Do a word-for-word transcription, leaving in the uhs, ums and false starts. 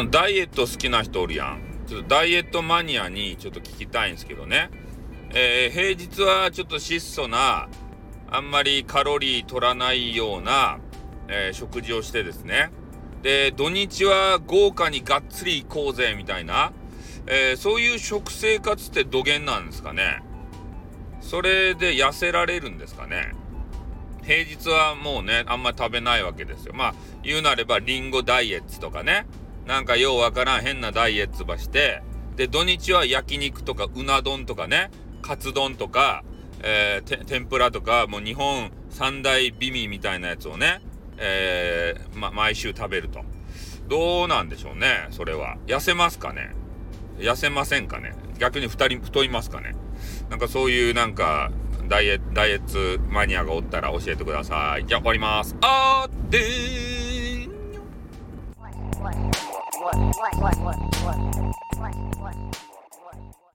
あのダイエット好きな人おるやん。ちょっとダイエットマニアにちょっと聞きたいんですけどね、えー、平日はちょっと質素な、あんまりカロリー取らないような、えー、食事をしてですね、で土日は豪華にがっつり行こうぜみたいな、えー、そういう食生活ってどげんなんですかね。それで痩せられるんですかね。平日はもうねあんまり食べないわけですよ。まあ言うなればリンゴダイエットとかね、なんかようわからん変なダイエットばして、で土日は焼肉とかうな丼とかね、カツ丼とか、えー、天ぷらとか、もう日本三大美味みたいなやつをね、えーま、毎週食べると。どうなんでしょうね。それは痩せますかね。痩せませんかね。逆にふたり太いますかね。なんかそういうなんかダイエットダイエットマニアがおったら教えてください。じゃあ終わります。あーでーん。